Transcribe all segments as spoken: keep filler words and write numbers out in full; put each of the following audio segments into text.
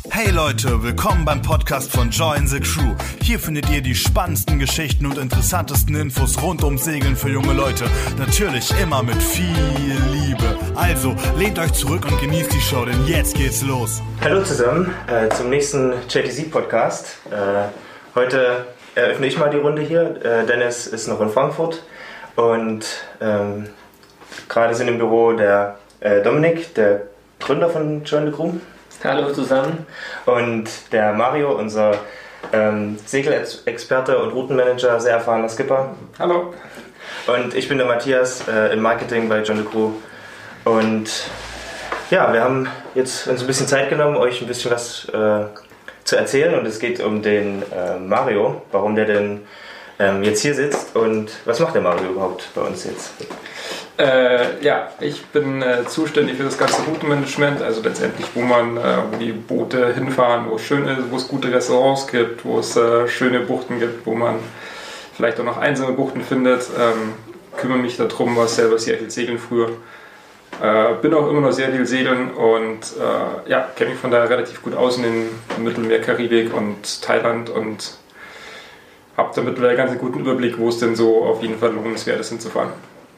Hey Leute, willkommen beim Podcast von Join the Crew. Hier findet ihr die spannendsten Geschichten und interessantesten Infos rund ums Segeln für junge Leute. Natürlich immer mit viel Liebe. Also, lehnt euch zurück und genießt die Show, denn jetzt geht's los. Hallo zusammen äh, zum nächsten J T C-Podcast. Äh, heute eröffne ich mal die Runde hier. Äh, Dennis ist noch in Frankfurt und ähm, gerade sind im Büro der äh, Dominik, der Gründer von Join the Crew. Hallo zusammen. Und der Mario, unser ähm, Segelexperte und Routenmanager, sehr erfahrener Skipper. Hallo. Und ich bin der Matthias äh, im Marketing bei Join the Crew. Und ja, wir haben jetzt uns ein bisschen Zeit genommen, euch ein bisschen was äh, zu erzählen. Und es geht um den äh, Mario, warum der denn ähm, jetzt hier sitzt und was macht der Mario überhaupt bei uns jetzt? Äh, ja, ich bin äh, zuständig für das ganze Routenmanagement, also letztendlich, wo man, äh, wo die Boote hinfahren, wo es schön ist, wo es gute Restaurants gibt, wo es äh, schöne Buchten gibt, wo man vielleicht auch noch einsame Buchten findet. Ähm, kümmere mich darum, war selber sehr viel segeln früher. Äh, bin auch immer noch sehr viel segeln und äh, ja, kenne mich von daher relativ gut aus in den Mittelmeer, Karibik und Thailand und habe da mittlerweile ganz einen guten Überblick, wo es denn so auf jeden Fall lohnenswert ist hinzufahren.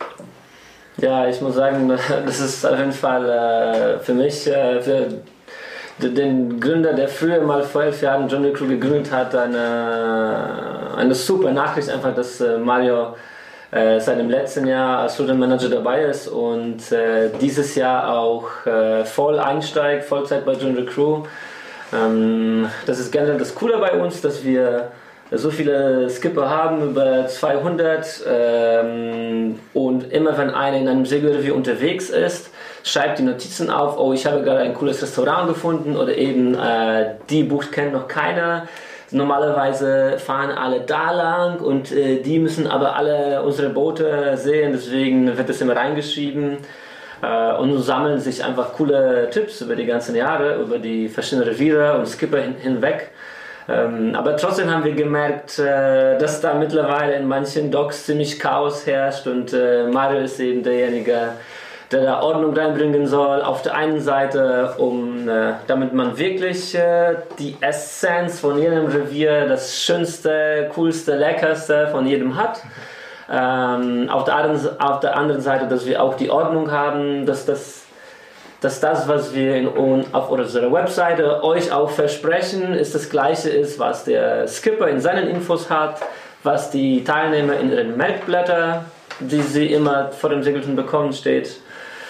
Ja, ich muss sagen, das ist auf jeden Fall äh, für mich, äh, für den Gründer, der früher mal vor elf Jahren Join the Crew gegründet hat, eine, eine super Nachricht einfach, dass äh, Mario äh, seit dem letzten Jahr als Routenmanager dabei ist und äh, dieses Jahr auch äh, voll einsteigt, Vollzeit bei Join the Crew. Ähm, das ist generell das Coole bei uns, dass wir so viele Skipper haben, über zweihundert, ähm, und immer wenn einer in einem Segelrevier unterwegs ist, schreibt die Notizen auf, oh, ich habe gerade ein cooles Restaurant gefunden oder eben äh, die Bucht kennt noch keiner. Normalerweise fahren alle da lang und äh, die müssen aber alle unsere Boote sehen, deswegen wird das immer reingeschrieben. Äh, und so sammeln sich einfach coole Tipps über die ganzen Jahre, über die verschiedenen Reviere und Skipper hin hinweg. Ähm, aber trotzdem haben wir gemerkt, äh, dass da mittlerweile in manchen Docks ziemlich Chaos herrscht und äh, Mario ist eben derjenige, der da Ordnung reinbringen soll. Auf der einen Seite, um, äh, damit man wirklich äh, die Essenz von jedem Revier, das schönste, coolste, leckerste von jedem hat. Ähm, auf, der anderen, auf der anderen Seite, dass wir auch die Ordnung haben, dass das dass das, was wir in, auf unserer Webseite euch auch versprechen, ist das gleiche ist, was der Skipper in seinen Infos hat, was die Teilnehmer in ihren Merkblättern, die sie immer vor dem Segeln bekommen, steht.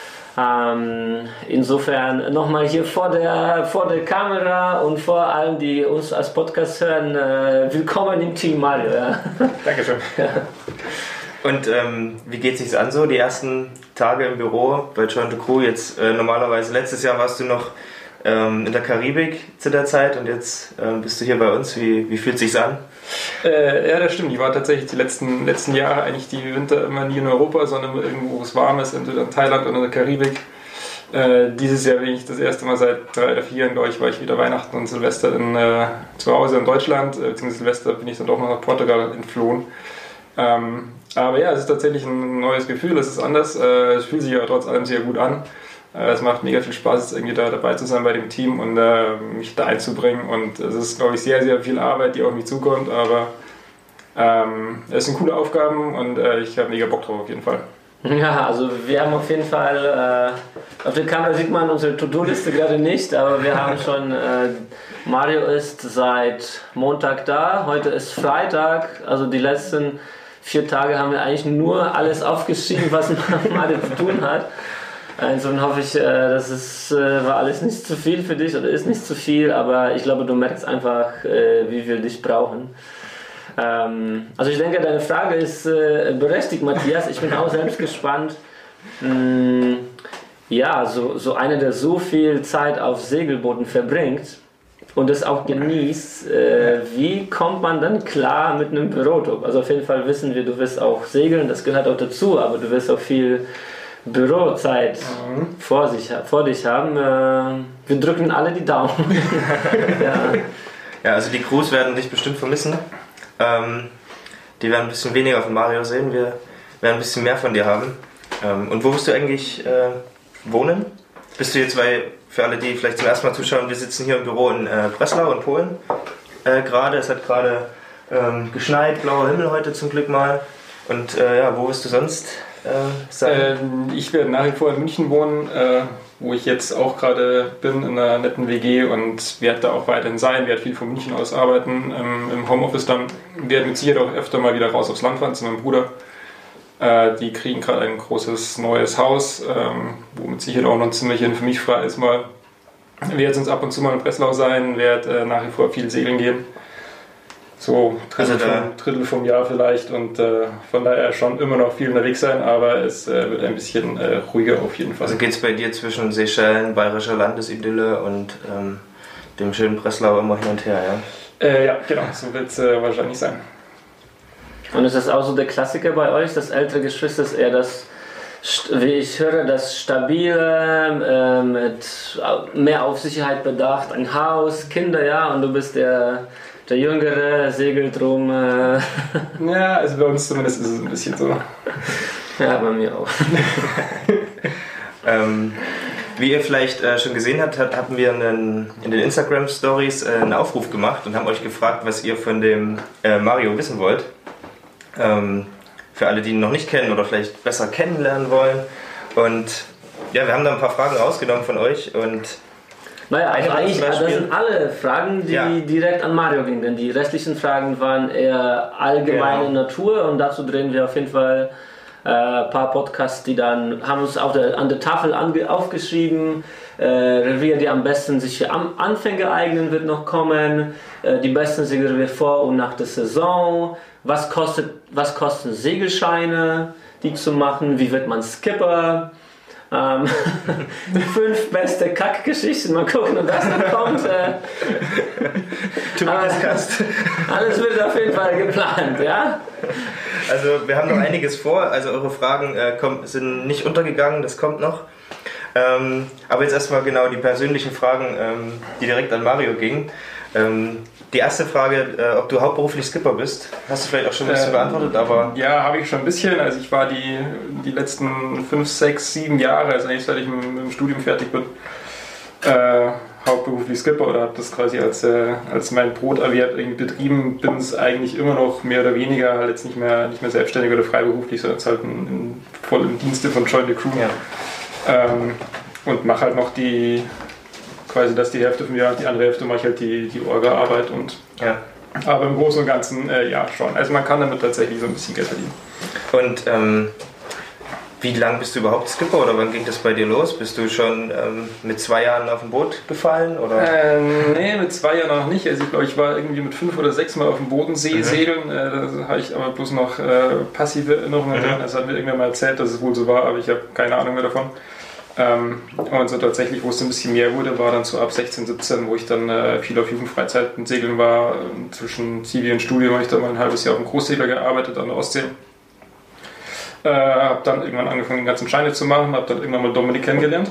Ähm, insofern nochmal hier vor der, vor der Kamera und vor allem, die uns als Podcast hören, äh, willkommen im Team Mario. Ja. Dankeschön. Ja. Und ähm, wie geht es sich an so, die ersten Tage im Büro bei Join the Crew? Jetzt äh, normalerweise, letztes Jahr warst du noch ähm, in der Karibik zu der Zeit und jetzt ähm, bist du hier bei uns. Wie, wie fühlt es sich an? Äh, ja, das stimmt. Ich war tatsächlich die letzten, letzten Jahre eigentlich die Winter immer nie in Europa, sondern irgendwo, wo es warm ist, entweder in Thailand oder in der Karibik. Äh, dieses Jahr bin ich das erste Mal seit drei oder vier Jahren, glaube ich, war ich wieder Weihnachten und Silvester in, äh, zu Hause in Deutschland, äh, beziehungsweise Silvester bin ich dann doch noch nach Portugal entflohen. Ähm, aber ja, es ist tatsächlich ein neues Gefühl, es ist anders, äh, es fühlt sich aber trotz allem sehr gut an. Äh, es macht mega viel Spaß, jetzt irgendwie da dabei zu sein bei dem Team und äh, mich da einzubringen und es ist, glaube ich, sehr, sehr viel Arbeit, die auf mich zukommt, aber ähm, es sind coole Aufgaben und äh, ich habe mega Bock drauf auf jeden Fall. Ja, also wir haben auf jeden Fall, äh, auf der Kamera sieht man unsere To-Do-Liste gerade nicht, aber wir haben schon, äh, Mario ist seit Montag da, heute ist Freitag, also die letzten vier Tage haben wir eigentlich nur alles aufgeschrieben, was Mario zu tun hat. Insofern hoffe ich, das ist, war alles nicht zu viel für dich oder ist nicht zu viel, aber ich glaube, du merkst einfach, wie wir dich brauchen. Also ich denke, deine Frage ist berechtigt, Matthias. Ich bin auch selbst gespannt. Ja, so, so einer, der so viel Zeit auf Segelbooten verbringt und es auch genießt, äh, wie kommt man dann klar mit einem Bürojob? Also auf jeden Fall wissen wir, du wirst auch segeln, das gehört auch dazu, aber du wirst auch viel Bürozeit mhm. vor, sich, vor dich haben. Äh, wir drücken alle die Daumen. ja. ja, also die Crews werden dich bestimmt vermissen. Ähm, die werden ein bisschen weniger von Mario sehen, wir werden ein bisschen mehr von dir haben. Ähm, und wo wirst du eigentlich äh, wohnen? bist du jetzt, weil für alle, die vielleicht zum ersten Mal zuschauen, wir sitzen hier im Büro in äh, Breslau in Polen äh, gerade. Es hat gerade ähm, geschneit, blauer Himmel heute zum Glück mal. Und äh, ja, wo bist du sonst äh, sein? Ähm, ich werde nach wie vor in München wohnen, äh, wo ich jetzt auch gerade bin in einer netten W G und werde da auch weiterhin sein, werde viel von München aus arbeiten, ähm, im Homeoffice dann, werde mit Sicherheit auch öfter mal wieder raus aufs Land fahren zu meinem Bruder. Äh, die kriegen gerade ein großes neues Haus, ähm, wo mit Sicherheit auch noch ein Zimmerchen für mich frei ist mal. Ich werde sonst ab und zu mal in Breslau sein, werde äh, nach wie vor viel segeln gehen. So Drittel, Also da- vom, Drittel vom Jahr vielleicht und äh, von daher schon immer noch viel unterwegs sein, aber es äh, wird ein bisschen äh, ruhiger auf jeden Fall. Also geht es bei dir zwischen Seychellen, bayerischer Landesidylle und ähm, dem schönen Breslau immer hin und her, ja? Äh, ja, genau, so wird es äh, wahrscheinlich sein. Und ist das auch so der Klassiker bei euch, das ältere Geschwister ist eher das, wie ich höre, das stabile, äh, mit mehr auf Sicherheit bedacht, ein Haus, Kinder, ja, und du bist der, der Jüngere, segelt rum. Äh. Ja, also bei uns zumindest ist es ein bisschen so. Ja, bei mir auch. Ähm, wie ihr vielleicht äh, schon gesehen habt, hat, hatten wir einen, in den Instagram Stories äh, einen Aufruf gemacht und haben euch gefragt, was ihr von dem äh, Mario wissen wollt. Ähm, für alle, die ihn noch nicht kennen oder vielleicht besser kennenlernen wollen. Und ja, wir haben da ein paar Fragen rausgenommen von euch und Naja, also Eine eigentlich, zum das Beispiel- sind alle Fragen, die Ja. direkt an Mario gingen, denn die restlichen Fragen waren eher allgemeine Genau. Natur und dazu drehen wir auf jeden Fall äh, ein paar Podcasts, die dann haben uns auf der, an der Tafel ange, aufgeschrieben. Äh, Revier, die am besten sich für am Anfänger eignen, wird noch kommen. Äh, die besten Segelrevier vor und nach der Saison. Was kostet, was kosten Segelscheine, die zu machen? Wie wird man Skipper? Ähm, fünf beste Kackgeschichten, mal gucken, ob das dann kommt. Äh, to be aber discussed. alles wird auf jeden Fall geplant, ja? Also wir haben noch einiges vor, also eure Fragen äh, kommen, sind nicht untergegangen, das kommt noch. Ähm, aber jetzt erstmal genau die persönlichen Fragen, ähm, die direkt an Mario gingen. Ähm, die erste Frage, äh, ob du hauptberuflich Skipper bist, hast du vielleicht auch schon ein bisschen Ähm, beantwortet, aber Ja, habe ich schon ein bisschen. Also ich war die, die letzten fünf, sechs, sieben Jahre, also eigentlich seit ich mit, mit dem Studium fertig bin, äh, hauptberuflich Skipper oder habe das quasi als, äh, als mein Broterwerb irgendwie betrieben. Bin es eigentlich immer noch mehr oder weniger, halt jetzt nicht mehr, nicht mehr selbstständig oder freiberuflich, sondern jetzt halt in, in, voll im Dienste von Join the Crew. ja. Ähm, und mache halt noch die, quasi das die Hälfte vom Jahr, die andere Hälfte mache ich halt die, die Orga-Arbeit und ja. aber im Großen und Ganzen äh, ja schon. Also man kann damit tatsächlich so ein bisschen Geld verdienen. Und ähm, wie lang bist du überhaupt Skipper oder wann ging das bei dir los? Bist du schon ähm, mit zwei Jahren auf dem Boot gefallen? Oder? Ähm, nee, mit zwei Jahren noch nicht. Also ich glaube, ich war irgendwie mit fünf oder sechs Mal auf dem Bodensee Mhm. segeln. Äh, da habe ich aber bloß noch äh, passive Erinnerungen Mhm. dran. Das hat mir irgendwer mal erzählt, dass es wohl so war, aber ich habe keine Ahnung mehr davon. Ähm, und so tatsächlich, wo es ein bisschen mehr wurde, war dann so ab sechzehn, siebzehn, wo ich dann äh, viel auf Jugendfreizeit mit Segeln war. Zwischen Zivi und Studium habe ich dann mal ein halbes Jahr auf dem Großsegler gearbeitet an der Ostsee. Äh, habe dann irgendwann angefangen, die ganzen Scheine zu machen, habe dann irgendwann mal Dominik kennengelernt.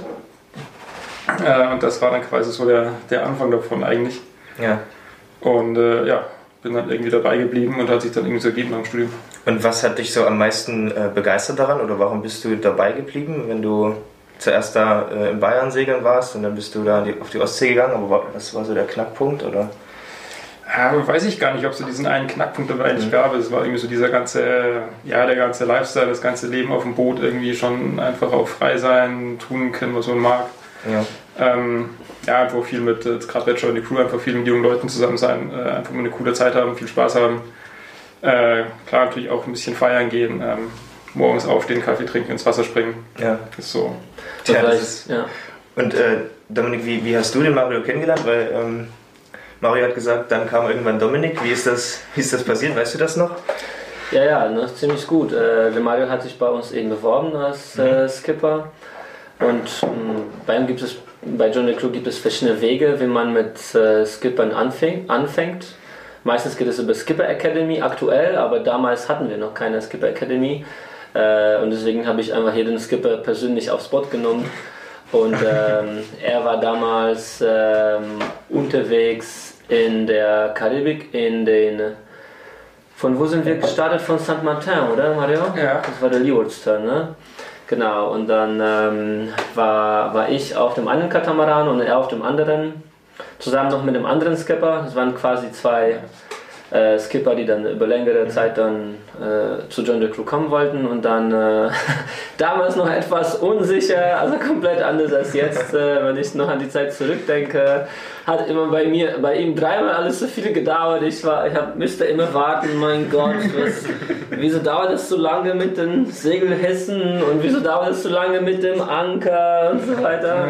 Äh, und das war dann quasi so der, der Anfang davon eigentlich. Ja. Und äh, ja, bin dann irgendwie dabei geblieben und hat sich dann irgendwie so ergeben nach dem Studium. Und was hat dich so am meisten äh, begeistert daran oder warum bist du dabei geblieben, wenn du zuerst da äh, in Bayern segeln warst und dann bist du da die, auf die Ostsee gegangen, aber war, was war so der Knackpunkt, oder? Ja, weiß ich gar nicht, ob es so diesen einen Knackpunkt dabei eigentlich Mhm. gab. Es war irgendwie so dieser ganze, ja, der ganze Lifestyle, das ganze Leben auf dem Boot irgendwie schon einfach auch frei sein, tun können, was man mag. Ja. Ähm, ja, einfach viel mit, jetzt gerade bei Join the Crew, einfach viel mit jungen Leuten zusammen sein, äh, einfach mal eine coole Zeit haben, viel Spaß haben. Äh, klar, natürlich auch ein bisschen feiern gehen, ähm, morgens aufstehen, Kaffee trinken, ins Wasser springen. Ja. Ist so. Tja, Vielleicht, das ist, ja. und äh, Dominik, wie, wie hast du den Mario kennengelernt? Weil ähm, Mario hat gesagt, dann kam irgendwann Dominik. Wie ist das, wie ist das passiert? Weißt du das noch? Ja, ja, ne, ziemlich gut. Äh, der Mario hat sich bei uns eben beworben als äh, Skipper. Und mh, bei ihm gibt es, bei Join the Crew gibt es verschiedene Wege, wie man mit äh, Skippern anfängt, anfängt. Meistens geht es über Skipper Academy aktuell, aber damals hatten wir noch keine Skipper Academy. Äh, und deswegen habe ich einfach jeden Skipper persönlich aufs Boot genommen. Und ähm, er war damals ähm, unterwegs in der Karibik, in den. Von wo sind wir gestartet? Von Saint Martin, oder Mario? Ja. Das war der Leeward's Turn, ne? Genau, und dann ähm, war, war ich auf dem einen Katamaran und er auf dem anderen, zusammen noch mit einem anderen Skipper. Das waren quasi zwei äh, Skipper, die dann über längere Zeit dann äh, zu Join the Crew kommen wollten und dann äh, damals noch etwas unsicher, also komplett anders als jetzt, äh, wenn ich noch an die Zeit zurückdenke. Hat immer bei mir, bei ihm dreimal alles so viel gedauert. Ich war, ich hab, müsste immer warten, mein Gott, was, wieso dauert es so lange mit den Segelhessen und wieso dauert es so lange mit dem Anker und so weiter.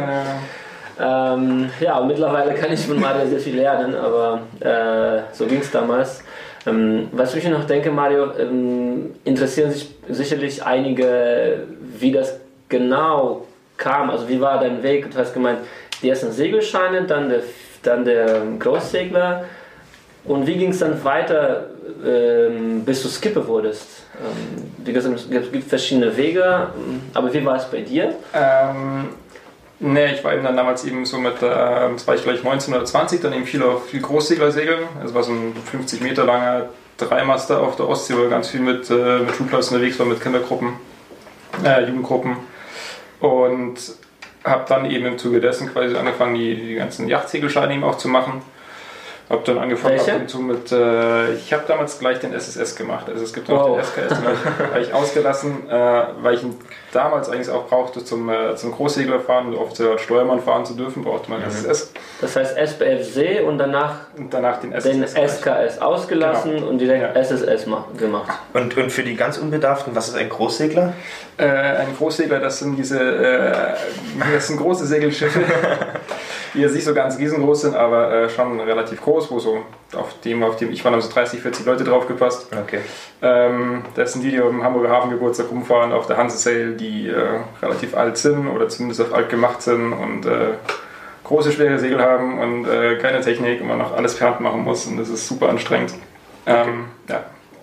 Ja, ähm, ja und mittlerweile kann ich von Mario sehr viel lernen, aber äh, so ging es damals. Ähm, was ich noch denke, Mario, ähm, interessieren sich sicherlich einige, wie das genau kam. Also wie war dein Weg? Du hast gemeint, die ersten Segelscheine, dann der dann der Großsegler. Und wie ging es dann weiter, ähm, bis du Skipper wurdest? Ähm, wie gesagt, es gibt verschiedene Wege, aber wie war es bei dir? Ähm, ne, ich war eben dann damals eben so mit, äh, das war ich gleich neunzehn oder zwanzig, dann eben viel auf viel Großsegler segeln. Es war so ein fünfzig Meter langer Dreimaster auf der Ostsee, wo wir ganz viel mit, äh, mit Schulklassen unterwegs waren, mit Kindergruppen, äh, Jugendgruppen. Und habe dann eben im Zuge dessen quasi angefangen, die, die ganzen Yachtsegelscheine eben auch zu machen. Habe dann angefangen ab und zu mit, äh, ich habe damals gleich den S S S gemacht, also es gibt auch wow. den S K S, den habe ich ausgelassen, äh, weil ich ihn damals eigentlich auch brauchte zum, äh, zum Großsegler fahren und offiziell als Steuermann fahren zu dürfen, brauchte man mhm. S S S. Das heißt S B F See und danach, und danach den S S S, den S K S ausgelassen genau. und direkt ja. S S S gemacht. Und, und für die ganz Unbedarften, was ist ein Großsegler? Äh, ein Großsegler, das sind diese, äh, das sind große Segelschiffe, die jetzt nicht so ganz riesengroß sind, aber äh, schon relativ groß, wo so auf dem, auf dem ich war, haben so dreißig, vierzig Leute drauf gepasst. Okay. Ähm, das sind die, die auf dem Hamburger Hafengeburtstag rumfahren, auf der Hanse-Sail, die äh, relativ alt sind oder zumindest auf alt gemacht sind und äh, große, schwere Segel haben und äh, keine Technik und man noch alles per Hand machen muss und das ist super anstrengend. Ähm, okay. Ja.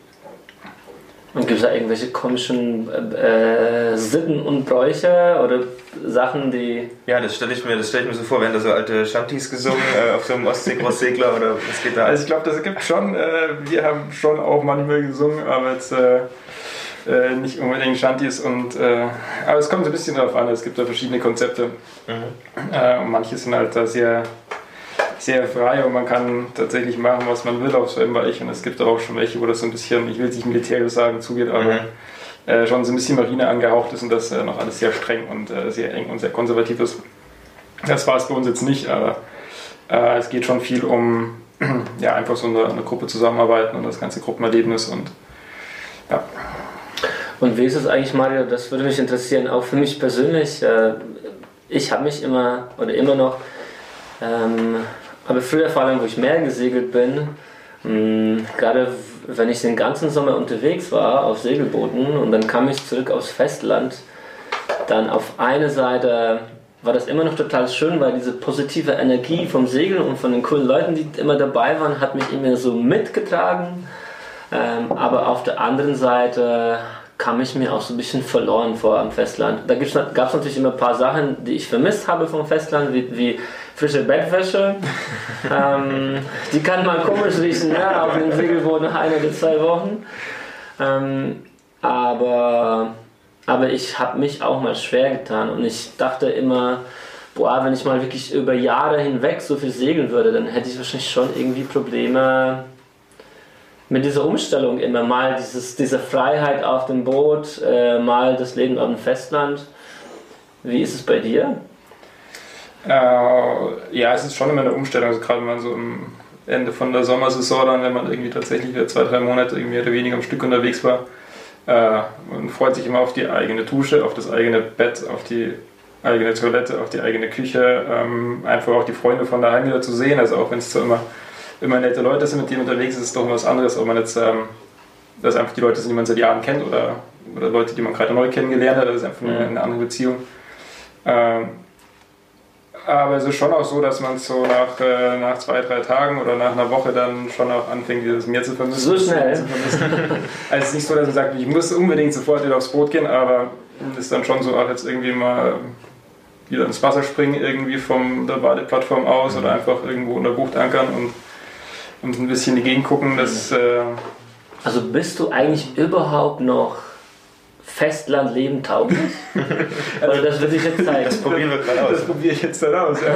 Und gibt es da irgendwelche komischen äh, Sitten und Bräuche oder Sachen, die... Ja, das stelle ich mir, das stelle ich mir so vor, werden da so alte Shanties gesungen äh, auf so einem Ostsee-Großsegler oder was geht da? Also ich glaube, das gibt schon, äh, wir haben schon auch manchmal gesungen, aber jetzt äh, äh, nicht unbedingt Shanties und äh, aber es kommt so ein bisschen darauf an, es gibt da verschiedene Konzepte mhm. äh, und manche sind halt da sehr... sehr frei und man kann tatsächlich machen, was man will auf so einem Bereich und es gibt auch schon welche, wo das so ein bisschen, ich will es nicht militärisch sagen, zugeht, aber mhm. äh, schon so ein bisschen Marine angehaucht ist und das äh, noch alles sehr streng und äh, sehr eng und sehr konservativ ist. Das war es bei uns jetzt nicht, aber äh, es geht schon viel um ja, einfach so eine, eine Gruppe zusammenarbeiten und das ganze Gruppenerlebnis und ja. Und wie ist es eigentlich, Mario, das würde mich interessieren, auch für mich persönlich, äh, ich habe mich immer oder immer noch ähm, aber früher, vor allem, wo ich mehr gesegelt bin, mh, gerade wenn ich den ganzen Sommer unterwegs war auf Segelbooten und dann kam ich zurück aufs Festland, dann auf eine Seite war das immer noch total schön, weil diese positive Energie vom Segeln und von den coolen Leuten, die immer dabei waren, hat mich immer so mitgetragen. Ähm, aber auf der anderen Seite kam ich mir auch so ein bisschen verloren vor am Festland. Da gab es natürlich immer ein paar Sachen, die ich vermisst habe vom Festland, wie, wie frische Bettwäsche. ähm, die kann mal komisch riechen, ja, auf dem Segelboot nach ein oder zwei Wochen. Ähm, aber, aber ich habe mich auch mal schwer getan und ich dachte immer, boah, wenn ich mal wirklich über Jahre hinweg so viel segeln würde, dann hätte ich wahrscheinlich schon irgendwie Probleme mit dieser Umstellung immer. Mal dieses, diese Freiheit auf dem Boot, äh, mal das Leben auf dem Festland. Wie ist es bei dir? Äh, ja, es ist schon immer eine Umstellung, also gerade wenn man so am Ende von der Sommersaison dann, wenn man irgendwie tatsächlich wieder zwei, drei Monate irgendwie mehr oder weniger am Stück unterwegs war, äh, man freut sich immer auf die eigene Dusche, auf das eigene Bett, auf die eigene Toilette, auf die eigene Küche, ähm, einfach auch die Freunde von daheim wieder zu sehen, also auch wenn es zwar immer, immer nette Leute sind, mit denen unterwegs ist, ist es doch was anderes, ob man jetzt, ähm, dass einfach die Leute sind, die man seit Jahren kennt oder, oder Leute, die man gerade neu kennengelernt hat, das ist einfach eine, eine andere Beziehung. Ähm, Aber es ist schon auch so, dass man es so nach, äh, nach zwei, drei Tagen oder nach einer Woche dann schon auch anfängt, dieses Meer zu vermissen. So schnell. Zu vermissen. Also es ist nicht so, dass man sagt, ich muss unbedingt sofort wieder aufs Boot gehen, aber es ist dann schon so, auch jetzt irgendwie mal wieder ins Wasser springen, irgendwie von der Badeplattform aus oder einfach irgendwo unter Bucht ankern und, und ein bisschen in die Gegend gucken. Das, äh also bist du eigentlich überhaupt noch Festlandleben tauglich? Also das wird sich jetzt zeigen. Das probieren wir gerade aus. Das probiere ich jetzt dann aus. Ja.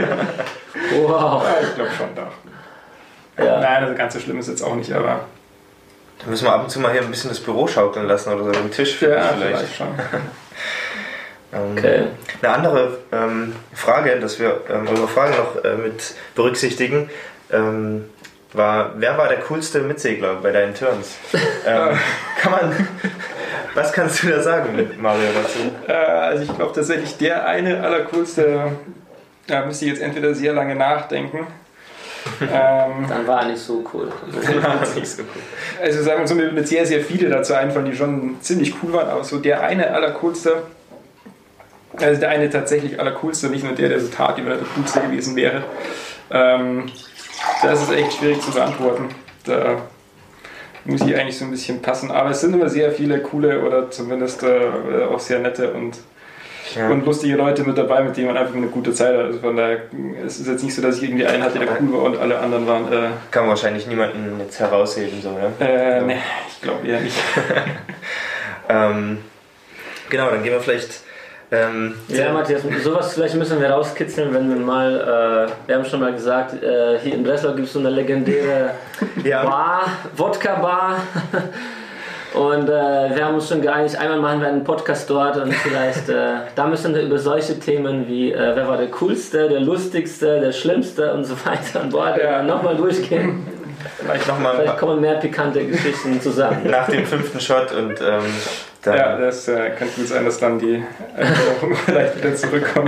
Wow. Ja, ich glaube schon doch. Ja. Nein, das ganze schlimm ist jetzt auch nicht, aber... Da müssen wir ab und zu mal hier ein bisschen das Büro schaukeln lassen oder so, den Tisch für Ja, vielleicht. vielleicht schon. Ähm, Okay. Eine andere ähm, Frage, dass wir ähm, eure Fragen noch äh, mit berücksichtigen, ähm, war, wer war der coolste Mitsegler bei deinen Turns? ähm, kann man, was kannst du da sagen, Mario, dazu? Äh, also ich glaube tatsächlich, der eine allercoolste, da müsste ich jetzt entweder sehr lange nachdenken. ähm, Dann war er nicht so cool. Nicht so cool. also sagen wir so, mir mit sehr, sehr viele dazu einfallen, die schon ziemlich cool waren, aber so der eine allercoolste, also der eine tatsächlich allercoolste, nicht nur der, der so tat, wie wenn er der coolste gewesen wäre. Ähm, das ist echt schwierig zu beantworten. Da muss ich eigentlich so ein bisschen passen. Aber es sind immer sehr viele coole oder zumindest äh, auch sehr nette und, Ja. und lustige Leute mit dabei, mit denen man einfach eine gute Zeit hat. Also von daher, es ist jetzt nicht so, dass ich irgendwie einen hatte, der cool war und alle anderen waren... Äh, Kann man wahrscheinlich niemanden jetzt herausheben, so, ne? äh, ne, ich glaube eher nicht. ähm, genau, dann gehen wir vielleicht... Ähm, Ja, Matthias, sowas vielleicht müssen wir rauskitzeln, wenn wir mal, äh, wir haben schon mal gesagt, äh, hier in Breslau gibt es so eine legendäre Ja. Bar, Wodka-Bar. Und äh, wir haben uns schon geeinigt, einmal machen wir einen Podcast dort und vielleicht, äh, da müssen wir über solche Themen wie, äh, wer war der coolste, der lustigste, der schlimmste und so weiter an Bord Ja. nochmal durchgehen. vielleicht nochmal Vielleicht kommen mehr pikante Geschichten zusammen. nach dem fünften Shot und ähm, dann... Ja, das äh, könnte gut sein, dass dann die Erinnerung vielleicht wieder zurückkommt.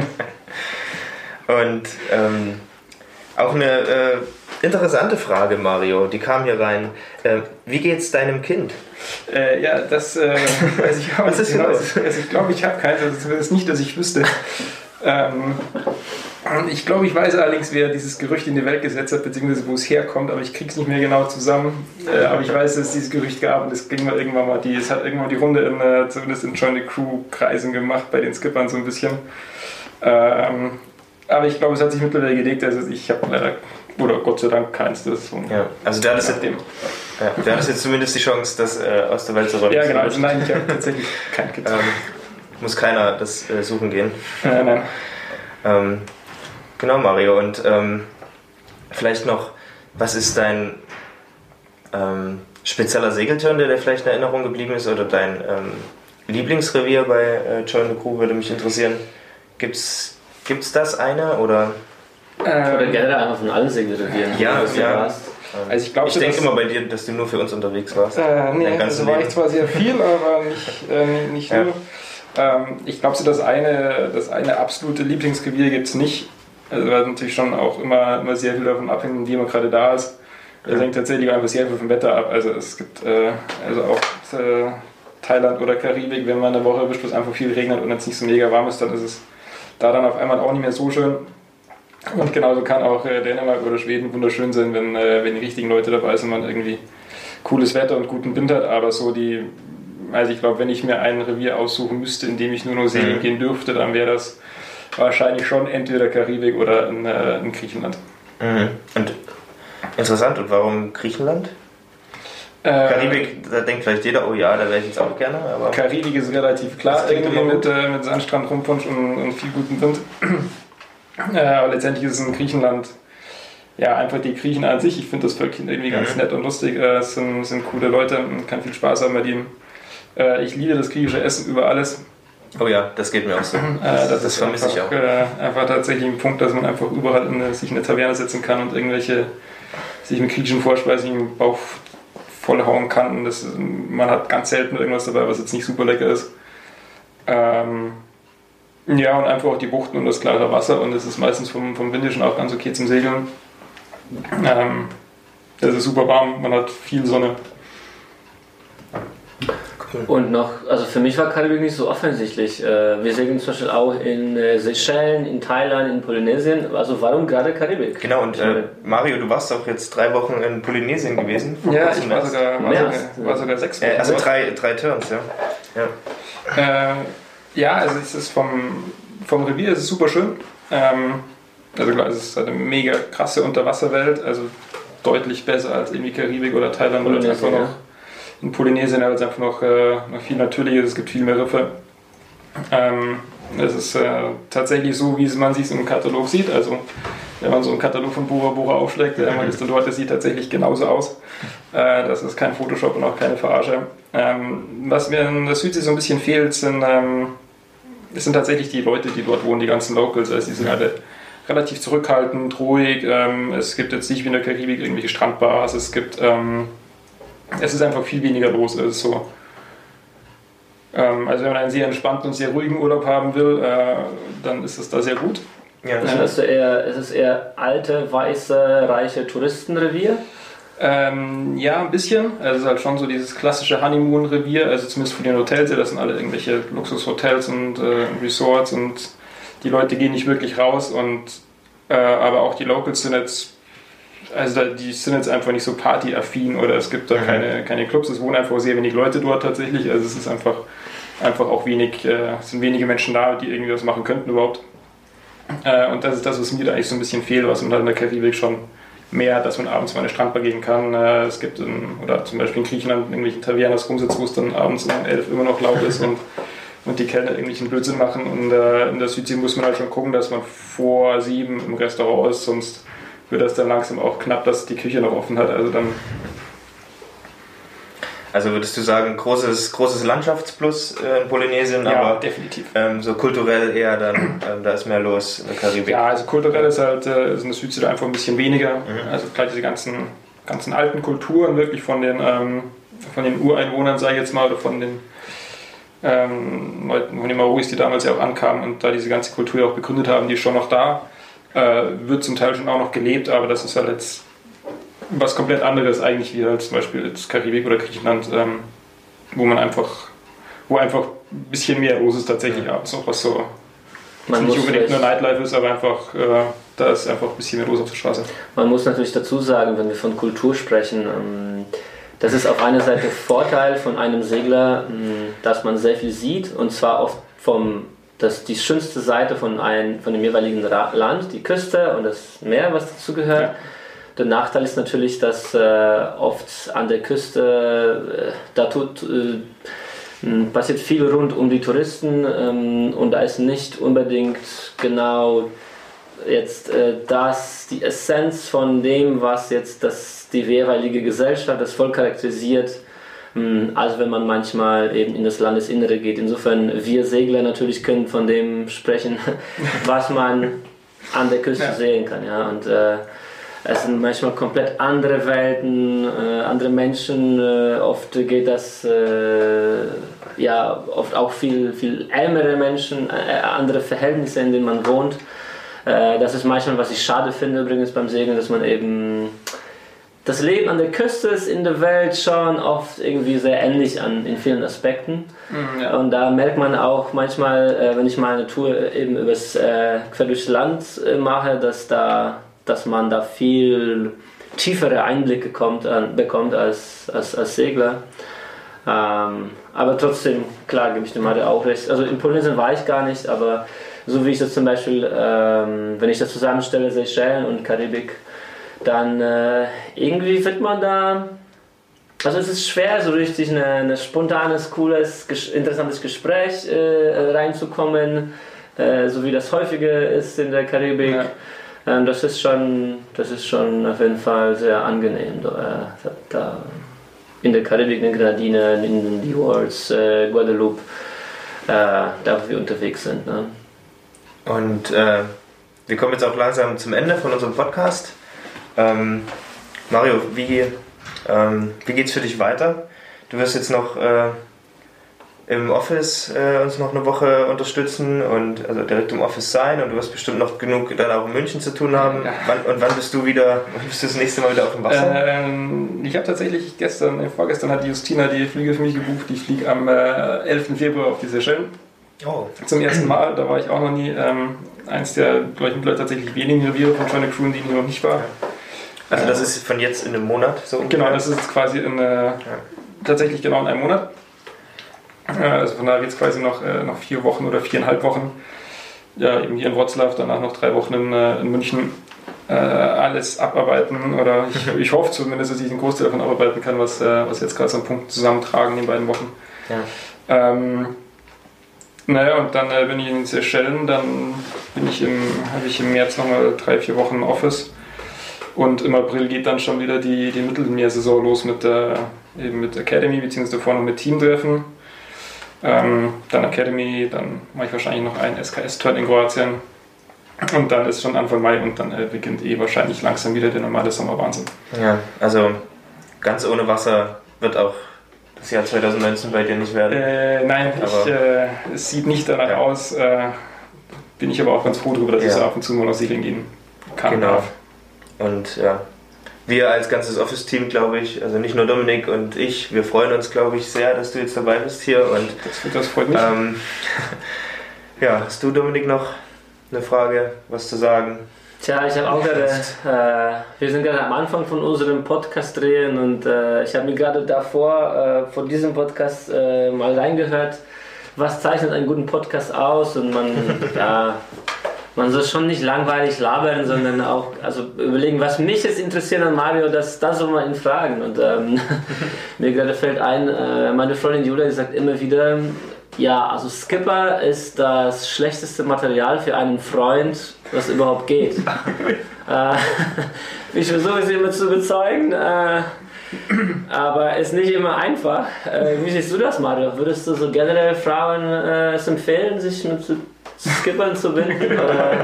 Und ähm, auch eine äh, interessante Frage, Mario, die kam hier rein. Äh, wie geht's deinem Kind? Äh, ja, das äh, weiß ich auch Was nicht ist genau. los? Also ich glaube, ich habe keins, also das ist nicht, dass ich wüsste. Ähm, ich glaube, ich weiß allerdings, wer dieses Gerücht in die Welt gesetzt hat, beziehungsweise wo es herkommt, aber ich kriege es nicht mehr genau zusammen. Äh, aber ich weiß, dass es dieses Gerücht gab und es ging mal irgendwann mal, die, es hat irgendwann die Runde in, äh, zumindest in Join the Crew-Kreisen gemacht, bei den Skippern so ein bisschen. Ähm, aber ich glaube, es hat sich mittlerweile gelegt, also ich habe leider, oder Gott sei Dank, keins. Das so Ja, also du hattest, jetzt, dem. ja, du hattest jetzt zumindest die Chance, das äh, aus der Welt zu räumen. Ja, genau, also nein, ich habe tatsächlich kein Kind. Ähm, muss keiner das äh, suchen gehen. Äh, nein. Ähm, genau, Mario. Und ähm, vielleicht noch, was ist dein ähm, spezieller Segelturn, der dir vielleicht in Erinnerung geblieben ist, oder dein ähm, Lieblingsrevier bei äh, Join the Crew, würde mich interessieren. Gibt's, gibt's das eine, oder? Oder Ähm, generell einfach von allen Segelrevieren. Ja, was du ja. warst. Ähm, Also ich glaube, ich denke dass- immer bei dir, dass du nur für uns unterwegs warst. Äh, nee, Dein ganzes das war Leben. ich zwar sehr viel, aber nicht, äh, nicht- nicht Ja. nur. Ähm, ich glaube, so das eine, das eine absolute Lieblingsrevier gibt es nicht. Also weil natürlich schon auch immer, immer sehr viel davon abhängt, wie man gerade da ist. Das hängt tatsächlich einfach sehr viel vom Wetter ab. Also es gibt äh, also auch äh, Thailand oder Karibik, wenn man eine Woche erwischt, wo es einfach viel regnet und es nicht so mega warm ist, dann ist es da dann auf einmal auch nicht mehr so schön. Und genauso kann auch äh, Dänemark oder Schweden wunderschön sein, wenn, äh, wenn die richtigen Leute dabei sind, man irgendwie cooles Wetter und guten Wind hat, aber so die, also ich glaube, wenn ich mir ein Revier aussuchen müsste, in dem ich nur noch segeln Mhm. gehen dürfte, dann wäre das wahrscheinlich schon entweder Karibik oder in, äh, in Griechenland. Mhm. Und interessant, und warum Griechenland? Äh, Karibik, da denkt vielleicht jeder, oh ja, da wäre ich jetzt auch gerne, aber... Karibik ist relativ klar, Das klingt irgendwie immer mit, äh, mit Sandstrand, Rumpunsch und, und viel gutem Wind. äh, aber letztendlich ist es in Griechenland, ja, einfach die Griechen an sich. Ich finde das Völkchen irgendwie ganz Mhm. nett und lustig. Äh, es sind, sind coole Leute, man kann viel Spaß haben bei denen. Äh, ich liebe das griechische Essen über alles. Oh ja, das geht mir auch so. Äh, Das, das, das ist vermisse einfach, ich auch. Äh, einfach tatsächlich ein Punkt, dass man einfach überall in eine, sich in eine Taverne setzen kann und irgendwelche sich mit griechischen Vorspeisen im Bauch vollhauen kann. Und das, man hat ganz selten irgendwas dabei, was jetzt nicht super lecker ist. Ähm, ja, und einfach auch die Buchten und das klare Wasser. Und es ist meistens vom, vom Windischen auch ganz okay zum Segeln. Ähm, es ist super warm, man hat viel Sonne. Und noch, also für mich war Karibik nicht so offensichtlich. Äh, Wir segeln zum Beispiel auch in äh, Seychellen, in Thailand, in Polynesien. Also warum gerade Karibik? Genau, und äh, Mario, du warst auch jetzt drei Wochen in Polynesien gewesen. vor Ja, kurzem ich war erst. sogar, war Mehr sogar, als- war sogar sechs Wochen. Äh, also dort. drei, drei Turns, ja. ja. Äh, ja, also es ist vom, vom Revier ist es super schön. Ähm, also klar, es ist eine mega krasse Unterwasserwelt, also deutlich besser als irgendwie Karibik oder Thailand oder Polynesien, einfach noch ja. in Polynesien ist es einfach noch, äh, noch viel natürlicher, es gibt viel mehr Riffe. Ähm, es ist äh, tatsächlich so, wie man es im Katalog sieht. Also wenn man so einen Katalog von Bora Bora aufschlägt, der man ist dort, das sieht tatsächlich genauso aus. Äh, das ist kein Photoshop und auch keine Verarsche. Ähm, was mir in der Südsee so ein bisschen fehlt, sind, ähm, das sind tatsächlich die Leute, die dort wohnen, die ganzen Locals. Also die sind alle relativ zurückhaltend, ruhig. Ähm, es gibt jetzt nicht wie in der Karibik irgendwelche Strandbars. Es gibt, ähm, es ist einfach viel weniger los. Es ist so. Ähm, also wenn man einen sehr entspannten und sehr ruhigen Urlaub haben will, äh, dann ist es da sehr gut. Ja, das ist eher, ist es eher alte, weiße, reiche Touristenrevier? Ähm, ja, ein bisschen. Also es ist halt schon so dieses klassische Honeymoon-Revier, also zumindest von den Hotels. Das sind alle irgendwelche Luxushotels und äh, Resorts und die Leute gehen nicht wirklich raus. Und äh, aber auch die Locals sind jetzt, also da, die sind jetzt einfach nicht so partyaffin oder es gibt da mhm. keine, keine Clubs. Es wohnen einfach sehr wenig Leute dort tatsächlich. Also es ist einfach, einfach auch wenig, äh, es sind wenige Menschen da, die irgendwie was machen könnten überhaupt. Äh, und das ist das, was mir da eigentlich so ein bisschen fehlt, was man halt in der Karibik schon mehr, dass man abends mal in eine Strandbar gehen kann. Äh, es gibt in, oder zum Beispiel in Griechenland irgendwelche Tavernas rumsitzt, wo es dann abends um elf immer noch laut ist und, und die Kellner irgendwelchen Blödsinn machen. Und äh, in der Südsee muss man halt schon gucken, dass man vor sieben im Restaurant ist, sonst wird das dann langsam auch knapp, dass die Küche noch offen hat. Also dann Also würdest du sagen, großes, großes Landschaftsplus äh, in Polynesien, ja, aber definitiv. Ähm, so kulturell eher dann, ähm, da ist mehr los in der Karibik. Ja, also kulturell ist halt äh, ist in der Südsee einfach ein bisschen weniger. Mhm. Also klar, diese ganzen, ganzen alten Kulturen wirklich von den, ähm, von den Ureinwohnern, sage ich jetzt mal, oder von den ähm, Leuten, von den Maoris, die damals ja auch ankamen und da diese ganze Kultur auch begründet haben, die ist schon noch da. Äh, wird zum Teil schon auch noch gelebt, aber das ist halt jetzt was komplett anderes eigentlich wie halt zum Beispiel jetzt Karibik oder Griechenland, ähm, wo man einfach, wo einfach ein bisschen mehr los ist tatsächlich abends noch, was so man nicht unbedingt nur Nightlife ist, aber einfach, äh, da ist einfach ein bisschen mehr los auf der Straße. Man muss natürlich dazu sagen, wenn wir von Kultur sprechen, ähm, das ist auf einer Seite Vorteil von einem Segler, ähm, dass man sehr viel sieht und zwar oft vom das die schönste Seite von, ein, von dem jeweiligen Land, die Küste und das Meer, was dazu gehört. Ja. Der Nachteil ist natürlich, dass äh, oft an der Küste, äh, da tut, äh, passiert viel rund um die Touristen ähm, und da ist nicht unbedingt genau jetzt äh, das, die Essenz von dem, was jetzt das, die jeweilige Gesellschaft, das Volk charakterisiert, ähm, als wenn man manchmal eben in das Landesinnere geht. Insofern, wir Segler natürlich können von dem sprechen, was man an der Küste ja. sehen kann. Ja? Und, äh, es sind manchmal komplett andere Welten, äh, andere Menschen. Äh, oft geht das, äh, ja, oft auch viel, viel ärmere Menschen, äh, andere Verhältnisse, in denen man wohnt. Äh, das ist manchmal, was ich schade finde übrigens beim Segeln, dass man eben das Leben an der Küste ist in der Welt schon oft irgendwie sehr ähnlich an, in vielen Aspekten. Mhm, ja. Und da merkt man auch manchmal, äh, wenn ich mal eine Tour eben übers äh, quer durchs Land äh, mache, dass da dass man da viel tiefere Einblicke kommt, äh, bekommt als, als, als Segler. Ähm, aber trotzdem, klar, gebe ich dem Mate auch recht. Also in Polynesien war ich gar nicht, aber so wie ich das zum Beispiel, ähm, wenn ich das zusammenstelle, Seychellen und Karibik, dann äh, irgendwie wird man da, also es ist schwer, so richtig ein eine spontanes, cooles, ges- interessantes Gespräch äh, reinzukommen, äh, so wie das häufige ist in der Karibik. Ja. Das ist schon, das ist schon auf jeden Fall sehr angenehm. Da, da in der Karibik, in den Grenadinen, in den Leewards, äh, Guadeloupe, äh, da wo wir unterwegs sind. Ne? Und äh, wir kommen jetzt auch langsam zum Ende von unserem Podcast. Ähm, Mario, wie, ähm, wie geht's für dich weiter? Du wirst jetzt noch äh, im Office äh, uns noch eine Woche unterstützen und also direkt im Office sein und du wirst bestimmt noch genug dann auch in München zu tun haben. Ja. Wann, und wann bist du wieder, wann bist du das nächste Mal wieder auf dem Wasser? Ähm, ich habe tatsächlich gestern, äh, vorgestern hat die Justina die Flüge für mich gebucht. Ich fliege am äh, elften Februar auf die Seychellen. Oh. Zum ersten Mal, da war ich auch noch nie. Ähm, eins der, glaube ich, mittlerweile tatsächlich wenigen Reviere von Johnny Crew, die ich noch nicht war. Also das ist von jetzt in einem Monat so ungefähr? Genau, das ist quasi in, äh, ja. tatsächlich genau in einem Monat. Also von daher geht es quasi noch, äh, noch vier Wochen oder viereinhalb Wochen. Ja, eben hier in Wroclaw, danach noch drei Wochen in, äh, in München. äh, alles abarbeiten oder ich, ich hoffe zumindest, dass ich den Großteil davon abarbeiten kann, was, äh, was jetzt gerade so ein Punkt zusammentragen in den beiden Wochen. Ja. Ähm, naja, und dann äh, bin ich in den Seychellen, dann bin ich im, habe ich im März nochmal drei, vier Wochen im Office und im April geht dann schon wieder die, die Mittelmeersaison los mit der, eben mit Academy, beziehungsweise davor noch mit Teamtreffen. Ähm, dann Academy, dann mache ich wahrscheinlich noch einen S K S-Turn in Kroatien und dann ist schon Anfang Mai und dann äh, beginnt eh wahrscheinlich langsam wieder der normale Sommerwahnsinn. Ja, also ganz ohne Wasser wird auch das Jahr zwanzig neunzehn bei dir nicht werden. Äh, nein, ich, äh, es sieht nicht danach ja. aus, äh, bin ich aber auch ganz froh darüber, dass ja. ich so ab und zu mal noch segeln gehen kann. Genau. Und ja, wir als ganzes Office-Team, glaube ich, also nicht nur Dominik und ich, wir freuen uns, glaube ich, sehr, dass du jetzt dabei bist hier. Und das, das freut mich. Ähm, ja, hast du, Dominik, noch eine Frage, was zu sagen? Tja, ich habe auch gerade, äh, wir sind gerade am Anfang von unserem Podcast drehen und äh, ich habe mir gerade davor, äh, vor diesem Podcast äh, mal reingehört, was zeichnet einen guten Podcast aus und man, ja, man soll schon nicht langweilig labern, sondern auch also überlegen, was mich jetzt interessiert an Mario, das, das soll man ihn fragen. Und ähm, mir gerade fällt ein, äh, meine Freundin Julia, die sagt immer wieder, ja, also Skipper ist das schlechteste Material für einen Freund, was überhaupt geht. äh, ich versuche sie immer zu überzeugen, äh, aber ist nicht immer einfach. Äh, wie siehst du das, Mario? Würdest du so generell Frauen äh, es empfehlen, sich mit Skippern zu binden? Oder?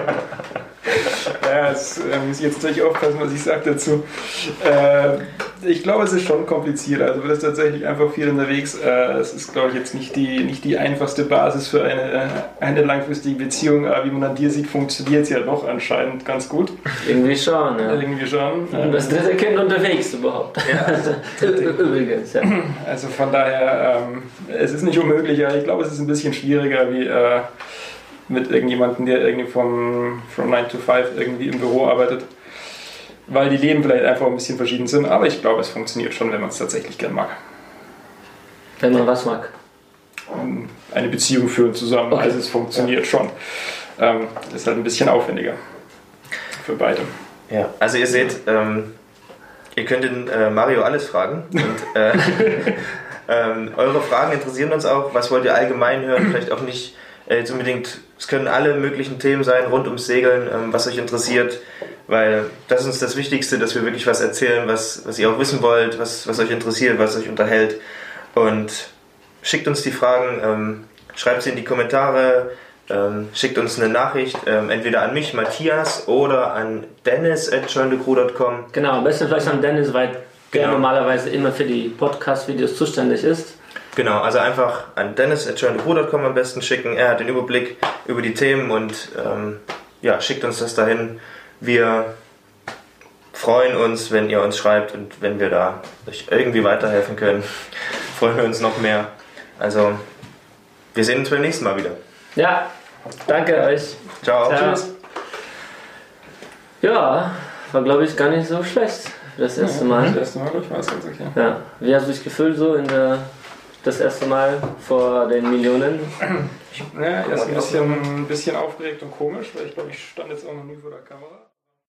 Ja, jetzt äh, muss ich jetzt natürlich aufpassen, was ich sage dazu. Äh, ich glaube, es ist schon kompliziert. Also, du bist tatsächlich einfach viel unterwegs. Äh, es ist, glaube ich, jetzt nicht die, nicht die einfachste Basis für eine, eine langfristige Beziehung. Aber wie man an dir sieht, funktioniert es ja doch anscheinend ganz gut. Irgendwie schon, ja. Irgendwie schon. Und das dritte Kind unterwegs überhaupt. Ja. Übrigens, ja. Also, von daher, ähm, es ist nicht unmöglich. Aber ich glaube, es ist ein bisschen schwieriger wie. Äh, mit irgendjemandem, der irgendwie vom, from nine to five irgendwie im Büro arbeitet, weil die Leben vielleicht einfach ein bisschen verschieden sind, aber ich glaube, es funktioniert schon, wenn man es tatsächlich gern mag. Wenn man was mag? Eine Beziehung führen zusammen, okay. Also es funktioniert ja. schon. Ähm, ist halt ein bisschen aufwendiger für beide. Ja, also ihr seht, ähm, ihr könnt den äh, Mario alles fragen und äh, ähm, eure Fragen interessieren uns auch, was wollt ihr allgemein hören, vielleicht auch nicht jetzt unbedingt, es können alle möglichen Themen sein rund ums Segeln, ähm, was euch interessiert, weil das ist uns das Wichtigste, dass wir wirklich was erzählen, was, was ihr auch wissen wollt, was, was euch interessiert, was euch unterhält, und schickt uns die Fragen, ähm, schreibt sie in die Kommentare, ähm, schickt uns eine Nachricht, ähm, entweder an mich, Matthias, oder an dennis at join the crew dot com. Genau, am besten vielleicht an Dennis, weil der genau. normalerweise immer für die Podcast-Videos zuständig ist. Genau, also einfach an dennis at join the crew dot com am besten schicken. Er hat den Überblick über die Themen und ähm, ja, schickt uns das dahin. Wir freuen uns, wenn ihr uns schreibt, und wenn wir da euch irgendwie weiterhelfen können, freuen wir uns noch mehr. Also, wir sehen uns beim nächsten Mal wieder. Ja, danke euch. Ciao. Ciao. Tschüss. Ja, war glaube ich gar nicht so schlecht für das erste Mal. Das erste Mal, glaube ich, war es ganz okay. Ja. Wie hast du dich gefühlt so in der das erste Mal vor den Millionen? Ja, erst ein bisschen, ein bisschen aufgeregt und komisch, weil ich glaube, ich stand jetzt auch noch nie vor der Kamera.